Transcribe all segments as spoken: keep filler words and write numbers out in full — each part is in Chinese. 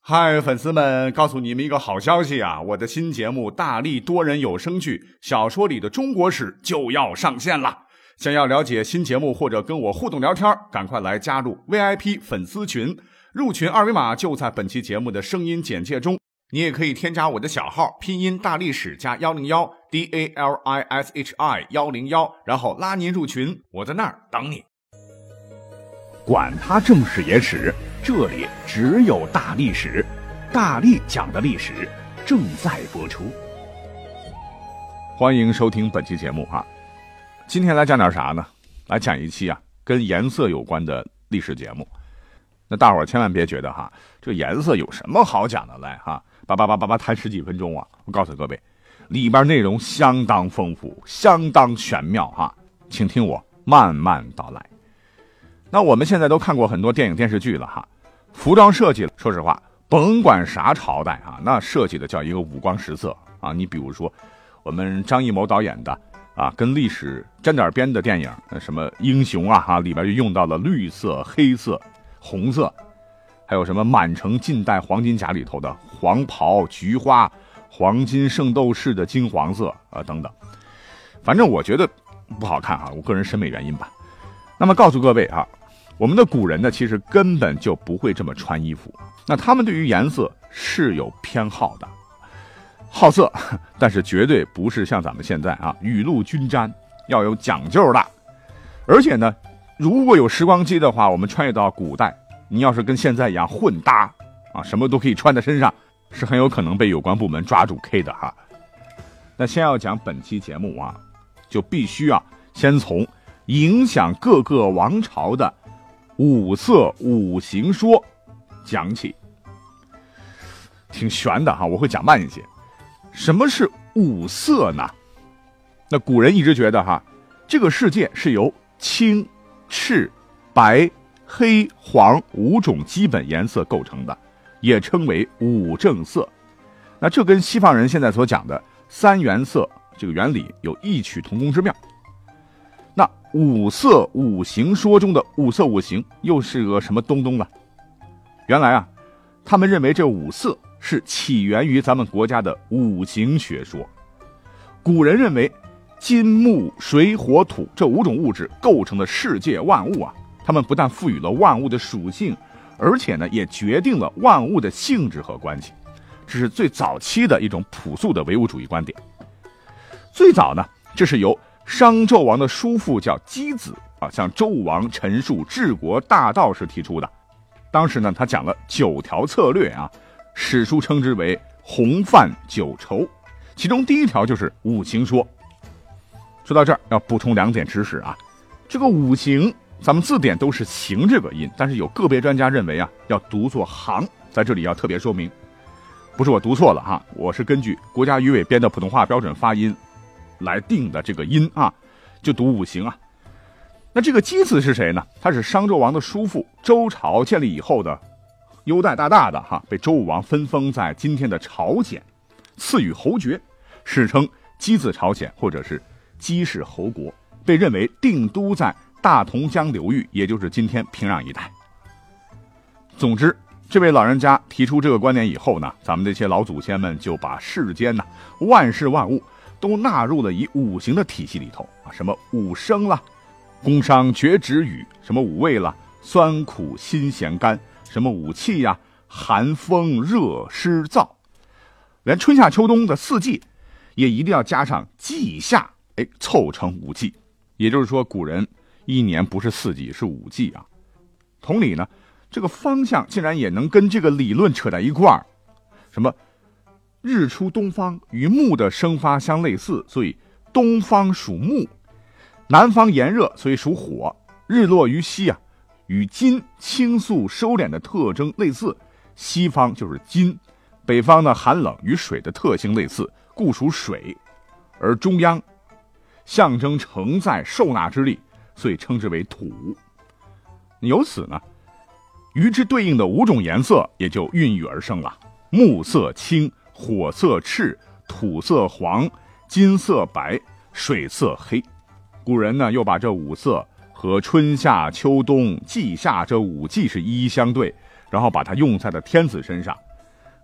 嗨，粉丝们，告诉你们一个好消息啊！我的新节目《大力多人有声剧小说里的中国史》就要上线了。想要了解新节目或者跟我互动聊天，赶快来加入 V I P 粉丝群，入群二维码就在本期节目的声音简介中。你也可以添加我的小号，拼音大历史加一零一 D A L I S H I 一零一，然后拉您入群，我在那儿等你。 管他正史野史，这里只有大历史，大力讲的历史正在播出。 欢迎收听本期节目啊！今天来讲点啥呢？来讲一期啊跟颜色有关的历史节目。那大伙儿千万别觉得哈，这颜色有什么好讲的来哈，叭叭叭叭叭谈十几分钟啊！我告诉各位，里边内容相当丰富，相当玄妙哈，请听我慢慢道来。那我们现在都看过很多电影电视剧了哈，服装设计，说实话，甭管啥朝代啊，那设计的叫一个五光十色啊。你比如说，我们张艺谋导演的啊，跟历史沾点边的电影，什么英雄啊哈，里边就用到了绿色、黑色、红色，还有什么满城尽带黄金甲里头的黄袍、菊花、黄金圣斗士的金黄色啊等等。反正我觉得不好看哈，我个人审美原因吧。那么告诉各位啊，我们的古人呢，其实根本就不会这么穿衣服。那他们对于颜色是有偏好的，好色，但是绝对不是像咱们现在啊雨露均沾，要有讲究的。而且呢，如果有时光机的话，我们穿越到古代，你要是跟现在一样混搭啊，什么都可以穿在身上，是很有可能被有关部门抓住 K 的哈。那先要讲本期节目啊，就必须啊先从影响各个王朝的五色五行说讲起。挺玄的哈，我会讲慢一些。什么是五色呢？那古人一直觉得哈，这个世界是由青、赤、白、黑、黄五种基本颜色构成的，也称为五正色。那这跟西方人现在所讲的三原色这个原理有异曲同工之妙。那五色五行说中的五色五行又是个什么东东呢？原来啊，他们认为这五色是起源于咱们国家的五行学说。古人认为金木水火土这五种物质构成的世界万物啊，他们不但赋予了万物的属性，而且呢也决定了万物的性质和关系。这是最早期的一种朴素的唯物主义观点。最早呢，这是由商纣王的叔父叫箕子啊，向周武王陈述治国大道时提出的。当时呢，他讲了九条策略啊，史书称之为洪范九畴，其中第一条就是五行说。说到这儿要补充两点知识啊，这个五行咱们字典都是行这个音，但是有个别专家认为啊要读作行，在这里要特别说明，不是我读错了哈，我是根据国家语委编的普通话标准发音来定的这个音啊，就读五行啊。那这个箕子是谁呢？他是商纣王的叔父，周朝建立以后的优待大大的哈，被周武王分封在今天的朝鲜，赐予侯爵，史称箕子朝鲜或者是箕氏侯国，被认为定都在大同江流域，也就是今天平壤一带。总之，这位老人家提出这个观点以后呢，咱们这些老祖先们就把世间呢万事万物都纳入了以五行的体系里头啊，什么五声啦，宫商角徵羽，什么五味啦，酸苦辛咸甘，什么五气呀、啊，寒风热湿燥，连春夏秋冬的四季也一定要加上季夏，哎，凑成五季。也就是说，古人一年不是四季，是五季啊。同理呢，这个方向竟然也能跟这个理论扯在一块儿，什么日出东方与木的生发相类似，所以东方属木；南方炎热，所以属火；日落于西啊，与金清肃收敛的特征类似，西方就是金；北方呢寒冷，与水的特性类似，故属水；而中央象征承载受纳之力，所以称之为土。由此呢，与之对应的五种颜色也就孕育而生了：木色青，火色赤，土色黄，金色白，水色黑。古人呢又把这五色和春夏秋冬季夏这五季是一一相对，然后把它用在了天子身上，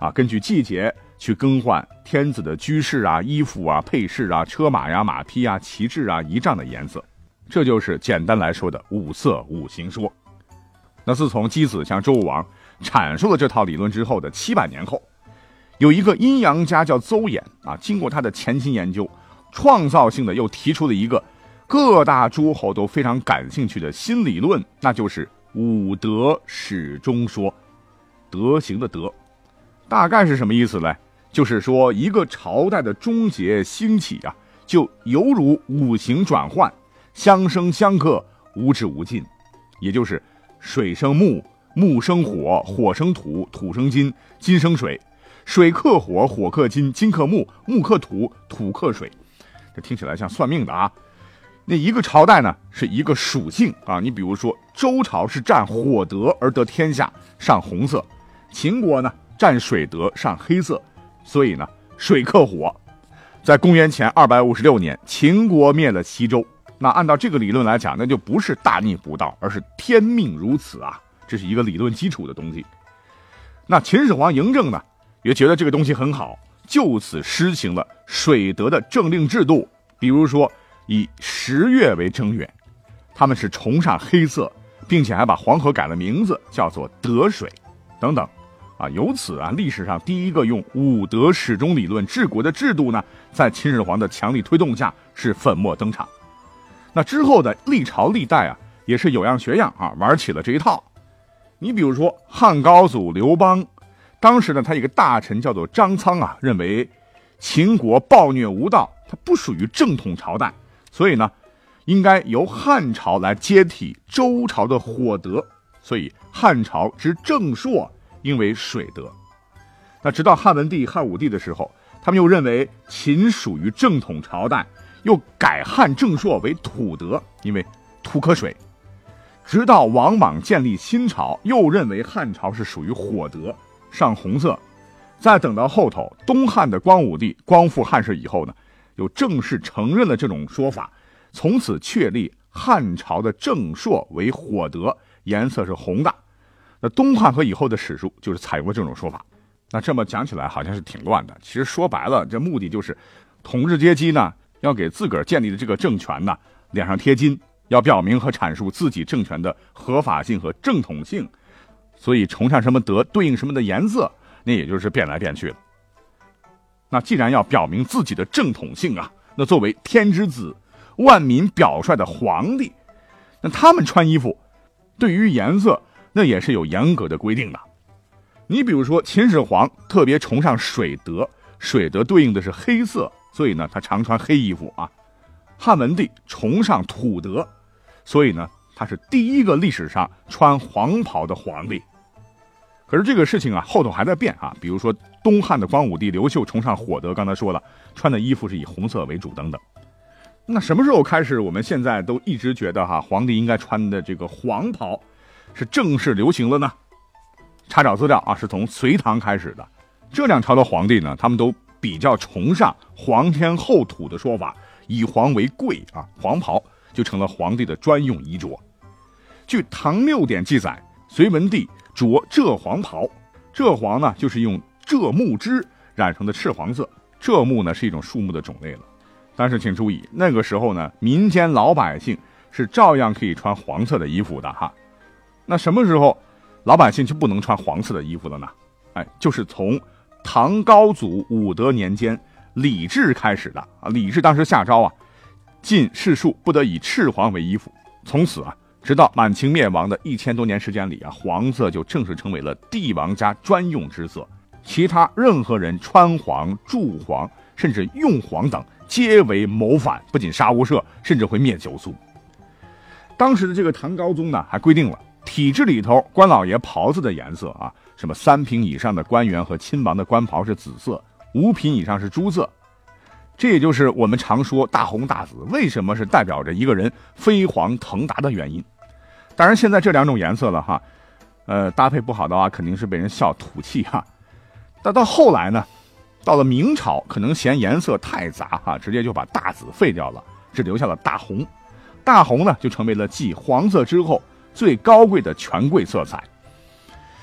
啊，根据季节去更换天子的居室啊、衣服啊、配饰啊、车马呀、马匹啊、旗帜啊、仪仗的颜色。这就是简单来说的五色五行说。那自从箕子向周武王阐述了这套理论之后的七百年后，有一个阴阳家叫邹衍啊，经过他的潜心研究，创造性的又提出了一个各大诸侯都非常感兴趣的新理论，那就是五德始终说。德行的德，大概是什么意思呢？就是说一个朝代的终结兴起啊，就犹如五行转换，相生相克，无止无尽。也就是水生木，木生火，火生土，土生金，金生水，水克火，火克金，金克木，木克土，土克水。这听起来像算命的啊。那一个朝代呢是一个属性啊，你比如说周朝是占火德而得天下，上红色；秦国呢占水德，上黑色，所以呢水克火。在公元前二百五十六年，秦国灭了西周。那按照这个理论来讲，那就不是大逆不道，而是天命如此啊，这是一个理论基础的东西。那秦始皇嬴政呢也觉得这个东西很好，就此施行了水德的政令制度，比如说以十月为正月，他们是崇尚黑色，并且还把黄河改了名字，叫做德水等等啊。由此啊，历史上第一个用五德始终理论治国的制度呢，在秦始皇的强力推动下是粉墨登场。那之后的历朝历代啊，也是有样学样啊，玩起了这一套。你比如说汉高祖刘邦，当时呢他一个大臣叫做张苍啊，认为秦国暴虐无道，它不属于正统朝代，所以呢应该由汉朝来接替周朝的火德，所以汉朝之正朔应为水德。那直到汉文帝汉武帝的时候，他们又认为秦属于正统朝代，又改汉正朔为土德，因为土克水。直到王莽建立新朝，又认为汉朝是属于火德，上红色。再等到后头东汉的光武帝光复汉室以后呢，又正式承认了这种说法，从此确立汉朝的正朔为火德，颜色是红的。那东汉和以后的史书就是采用了这种说法。那这么讲起来好像是挺乱的，其实说白了，这目的就是统治阶级呢要给自个儿建立的这个政权呢脸上贴金，要表明和阐述自己政权的合法性和正统性，所以崇尚什么德对应什么的颜色，那也就是变来变去了。那既然要表明自己的正统性啊，那作为天之子，万民表率的皇帝，那他们穿衣服对于颜色那也是有严格的规定的。你比如说秦始皇特别崇尚水德，水德对应的是黑色，所以呢他常穿黑衣服啊。汉文帝崇尚土德，所以呢他是第一个历史上穿黄袍的皇帝。可是这个事情啊后头还在变啊，比如说东汉的光武帝刘秀崇尚火德，刚才说了，穿的衣服是以红色为主等等。那什么时候开始我们现在都一直觉得哈皇帝应该穿的这个黄袍是正式流行了呢？查找资料啊，是从隋唐开始的。这两朝的皇帝呢，他们都比较崇尚皇天后土的说法，以黄为贵啊，黄袍就成了皇帝的专用衣着。据唐六典记载，隋文帝着鹧黄袍，鹧黄呢就是用鹧木枝染成的赤黄色，鹧木呢是一种树木的种类了。但是请注意，那个时候呢，民间老百姓是照样可以穿黄色的衣服的哈。那什么时候老百姓就不能穿黄色的衣服了呢？哎，就是从唐高祖武德年间李治开始的啊。李治当时下诏啊，禁士庶不得以赤黄为衣服。从此啊，直到满清灭亡的一千多年时间里啊，黄色就正式成为了帝王家专用之色。其他任何人穿黄、助黄，甚至用黄等，皆为谋反，不仅杀无赦，甚至会灭九族。当时的这个唐高宗呢，还规定了体制里头官老爷袍子的颜色啊，什么三品以上的官员和亲王的官袍是紫色，五品以上是朱色。这也就是我们常说大红大紫为什么是代表着一个人飞黄腾达的原因。当然现在这两种颜色了哈，呃，搭配不好的话肯定是被人笑土气哈。但到后来呢，到了明朝可能嫌颜色太杂哈，直接就把大紫废掉了，只留下了大红。大红呢就成为了继黄色之后最高贵的权贵色彩。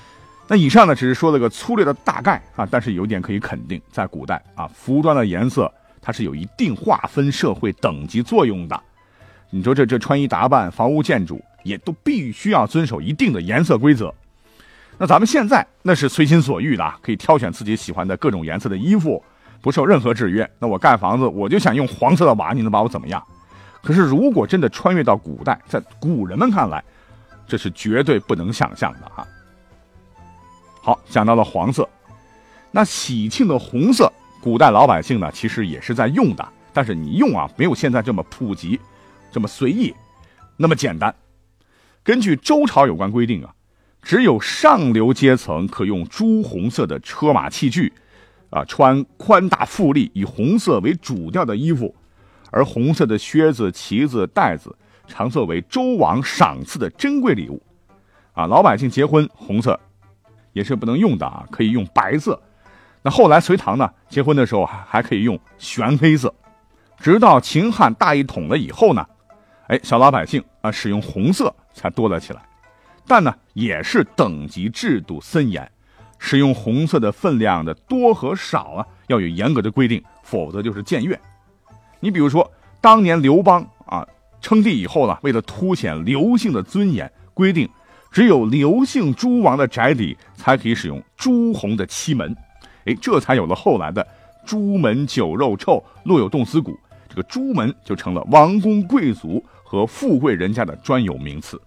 那以上呢，只是说了个粗略的大概啊，但是有一点可以肯定，在古代啊，服装的颜色它是有一定划分社会等级作用的。你说这这穿衣打扮、房屋建筑也都必须要遵守一定的颜色规则。那咱们现在那是随心所欲的，可以挑选自己喜欢的各种颜色的衣服，不受任何制约。那我盖房子，我就想用黄色的瓦，你能把我怎么样？可是如果真的穿越到古代，在古人们看来，这是绝对不能想象的哈。好，讲到了黄色，那喜庆的红色，古代老百姓呢其实也是在用的，但是你用啊，没有现在这么普及，这么随意，那么简单。根据周朝有关规定啊，只有上流阶层可用朱红色的车马器具，啊，穿宽大富丽以红色为主调的衣服，而红色的靴子、旗子、带子常作为周王赏赐的珍贵礼物。啊，老百姓结婚红色也是不能用的啊，可以用白色。那后来隋唐呢，结婚的时候还可以用玄黑色。直到秦汉大一统了以后呢，哎，小老百姓啊使用红色才多了起来。但呢，也是等级制度森严，使用红色的分量的多和少啊，要有严格的规定，否则就是僭越。你比如说，当年刘邦啊称帝以后呢，为了凸显刘姓的尊严，规定只有刘姓诸王的宅邸才可以使用朱红的漆门，哎，这才有了后来的朱门酒肉臭，路有冻死骨。这个朱门就成了王公贵族和富贵人家的专有名词。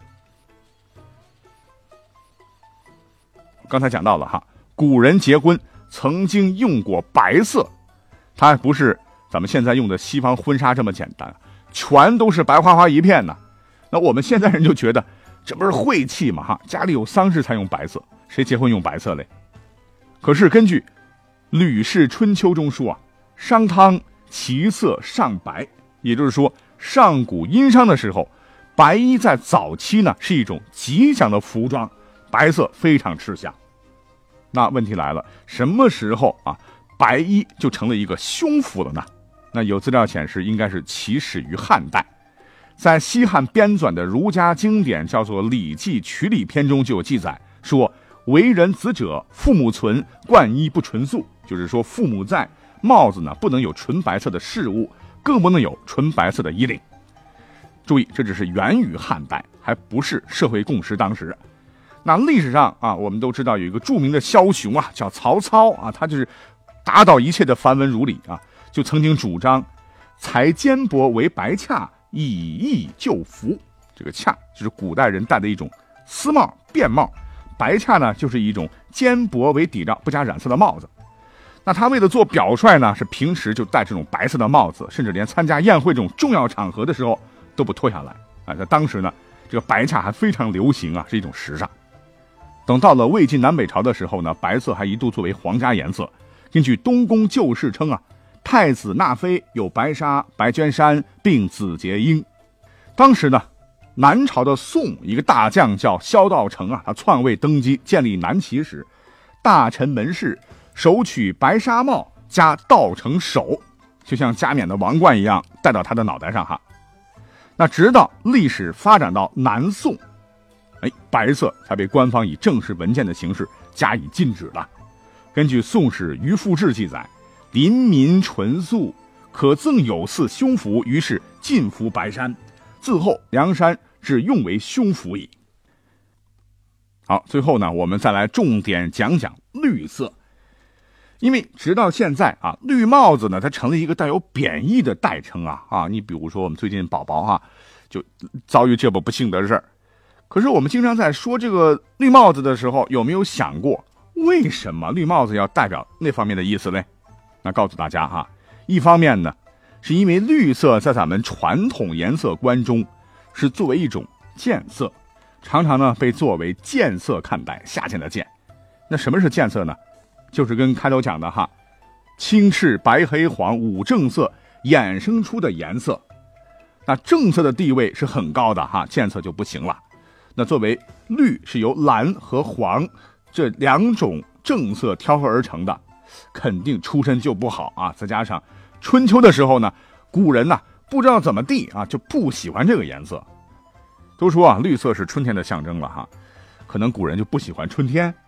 刚才讲到了哈，古人结婚曾经用过白色，它还不是咱们现在用的西方婚纱这么简单，全都是白花花一片呢。那我们现在人就觉得这不是晦气吗？哈，家里有丧事才用白色，谁结婚用白色嘞？可是根据《吕氏春秋》中说啊，商汤其色尚白，也就是说，上古殷商的时候，白衣在早期呢是一种吉祥的服装，白色非常吃香。那问题来了，什么时候啊白衣就成了一个凶服了呢？那有资料显示，应该是起始于汉代。在西汉编纂的儒家经典叫做《礼记·曲礼篇》中就有记载说，为人子者，父母存，冠衣不纯素，就是说父母在，帽子呢不能有纯白色的饰物，更不能有纯白色的衣领。注意，这只是源于汉代，还不是社会共识。当时那历史上啊，我们都知道有一个著名的枭雄啊，叫曹操啊，他就是打倒一切的繁文缛理啊，就曾经主张裁肩帛为白洽，以逸就服。这个洽就是古代人戴的一种丝帽便帽，白洽呢就是一种肩帛为底罩不加染色的帽子。那他为了做表率呢，是平时就戴这种白色的帽子，甚至连参加宴会这种重要场合的时候都不脱下来啊。在当时呢，这个白洽还非常流行啊，是一种时尚。等到了魏晋南北朝的时候呢，白色还一度作为皇家颜色。根据东宫旧事称啊，太子纳妃有白纱、白绢衫，并紫结缨。当时呢，南朝的宋一个大将叫萧道成啊，他篡位登基，建立南齐时，大臣门士手取白纱帽加道成首，就像加冕的王冠一样戴到他的脑袋上哈。那直到历史发展到南宋，哎，白色才被官方以正式文件的形式加以禁止了。根据《宋史·于复志》记载，临民纯素，可赠有似胸服，于是禁服白衫。自后梁山只用为胸服矣。好，最后呢，我们再来重点讲讲绿色。因为直到现在啊，绿帽子呢，它成了一个带有贬义的代称啊啊！你比如说我们最近宝宝哈、啊，就遭遇这么不幸的事儿。可是我们经常在说这个绿帽子的时候，有没有想过为什么绿帽子要代表那方面的意思呢？那告诉大家哈，一方面呢，是因为绿色在咱们传统颜色观中是作为一种渐色，常常呢被作为渐色看待，下贱的贱。那什么是渐色呢？就是跟开头讲的哈，青赤白黑黄五正色衍生出的颜色。那正色的地位是很高的哈，渐色就不行了。那作为绿是由蓝和黄这两种正色挑合而成的，肯定出身就不好啊。再加上春秋的时候呢，古人呢、啊、不知道怎么地啊，就不喜欢这个颜色。都说啊，绿色是春天的象征了哈，可能古人就不喜欢春天。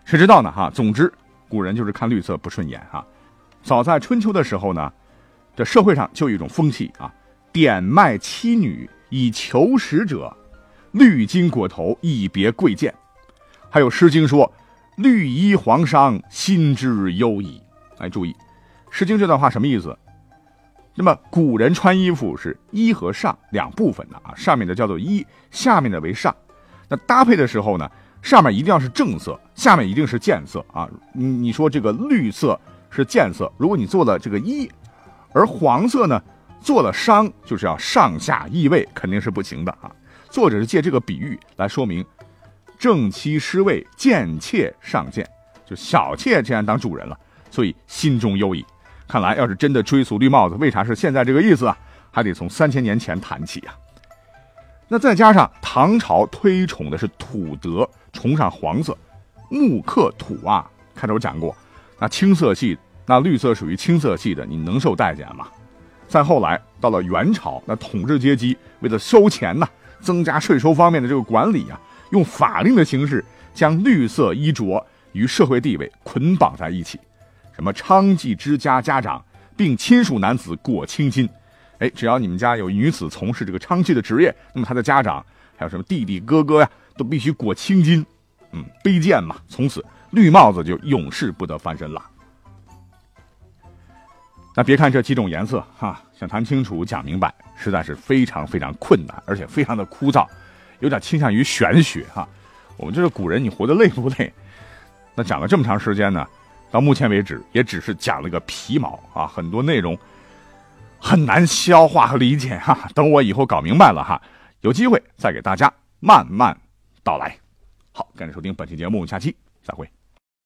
谁知道呢哈？总之，古人就是看绿色不顺眼哈。早在春秋的时候呢，这社会上就有一种风气啊，典卖妻女以求食者，绿巾裹头以别贵贱。还有《诗经》说：“绿衣黄裳，心之忧矣。”哎，注意，《诗经》这段话什么意思？那么古人穿衣服是衣和上两部分的啊，上面的叫做衣，下面的为上。那搭配的时候呢，上面一定要是正色，下面一定是间色啊。你你说这个绿色是间色，如果你做了这个衣，而黄色呢做了裳，就是要上下易位，肯定是不行的啊。作者是借这个比喻来说明正妻失位，贱妾上贱，就小妾竟然当主人了，所以心中忧矣。看来要是真的追溯绿帽子为啥是现在这个意思啊，还得从三千年前谈起啊。那再加上唐朝推崇的是土德，崇尚黄色，木克土啊，开头讲过，那青色系，那绿色属于青色系的，你能受待见吗？再后来到了元朝，那统治阶级为了收钱呢，增加税收方面的这个管理啊，用法令的形式将绿色衣着与社会地位捆绑在一起。什么娼妓之家家长并亲属男子裹青巾，哎，只要你们家有女子从事这个娼妓的职业，那么他的家长还有什么弟弟哥哥呀，都必须裹青巾，嗯，卑贱嘛。从此绿帽子就永世不得翻身了。那别看这几种颜色哈，想谈清楚讲明白，实在是非常非常困难，而且非常的枯燥，有点倾向于玄学哈。我们这个古人，你活得累不累？那讲了这么长时间呢，到目前为止也只是讲了个皮毛啊，很多内容很难消化和理解哈。等我以后搞明白了哈，有机会再给大家慢慢道来。好，感谢收听本期节目，下期再会。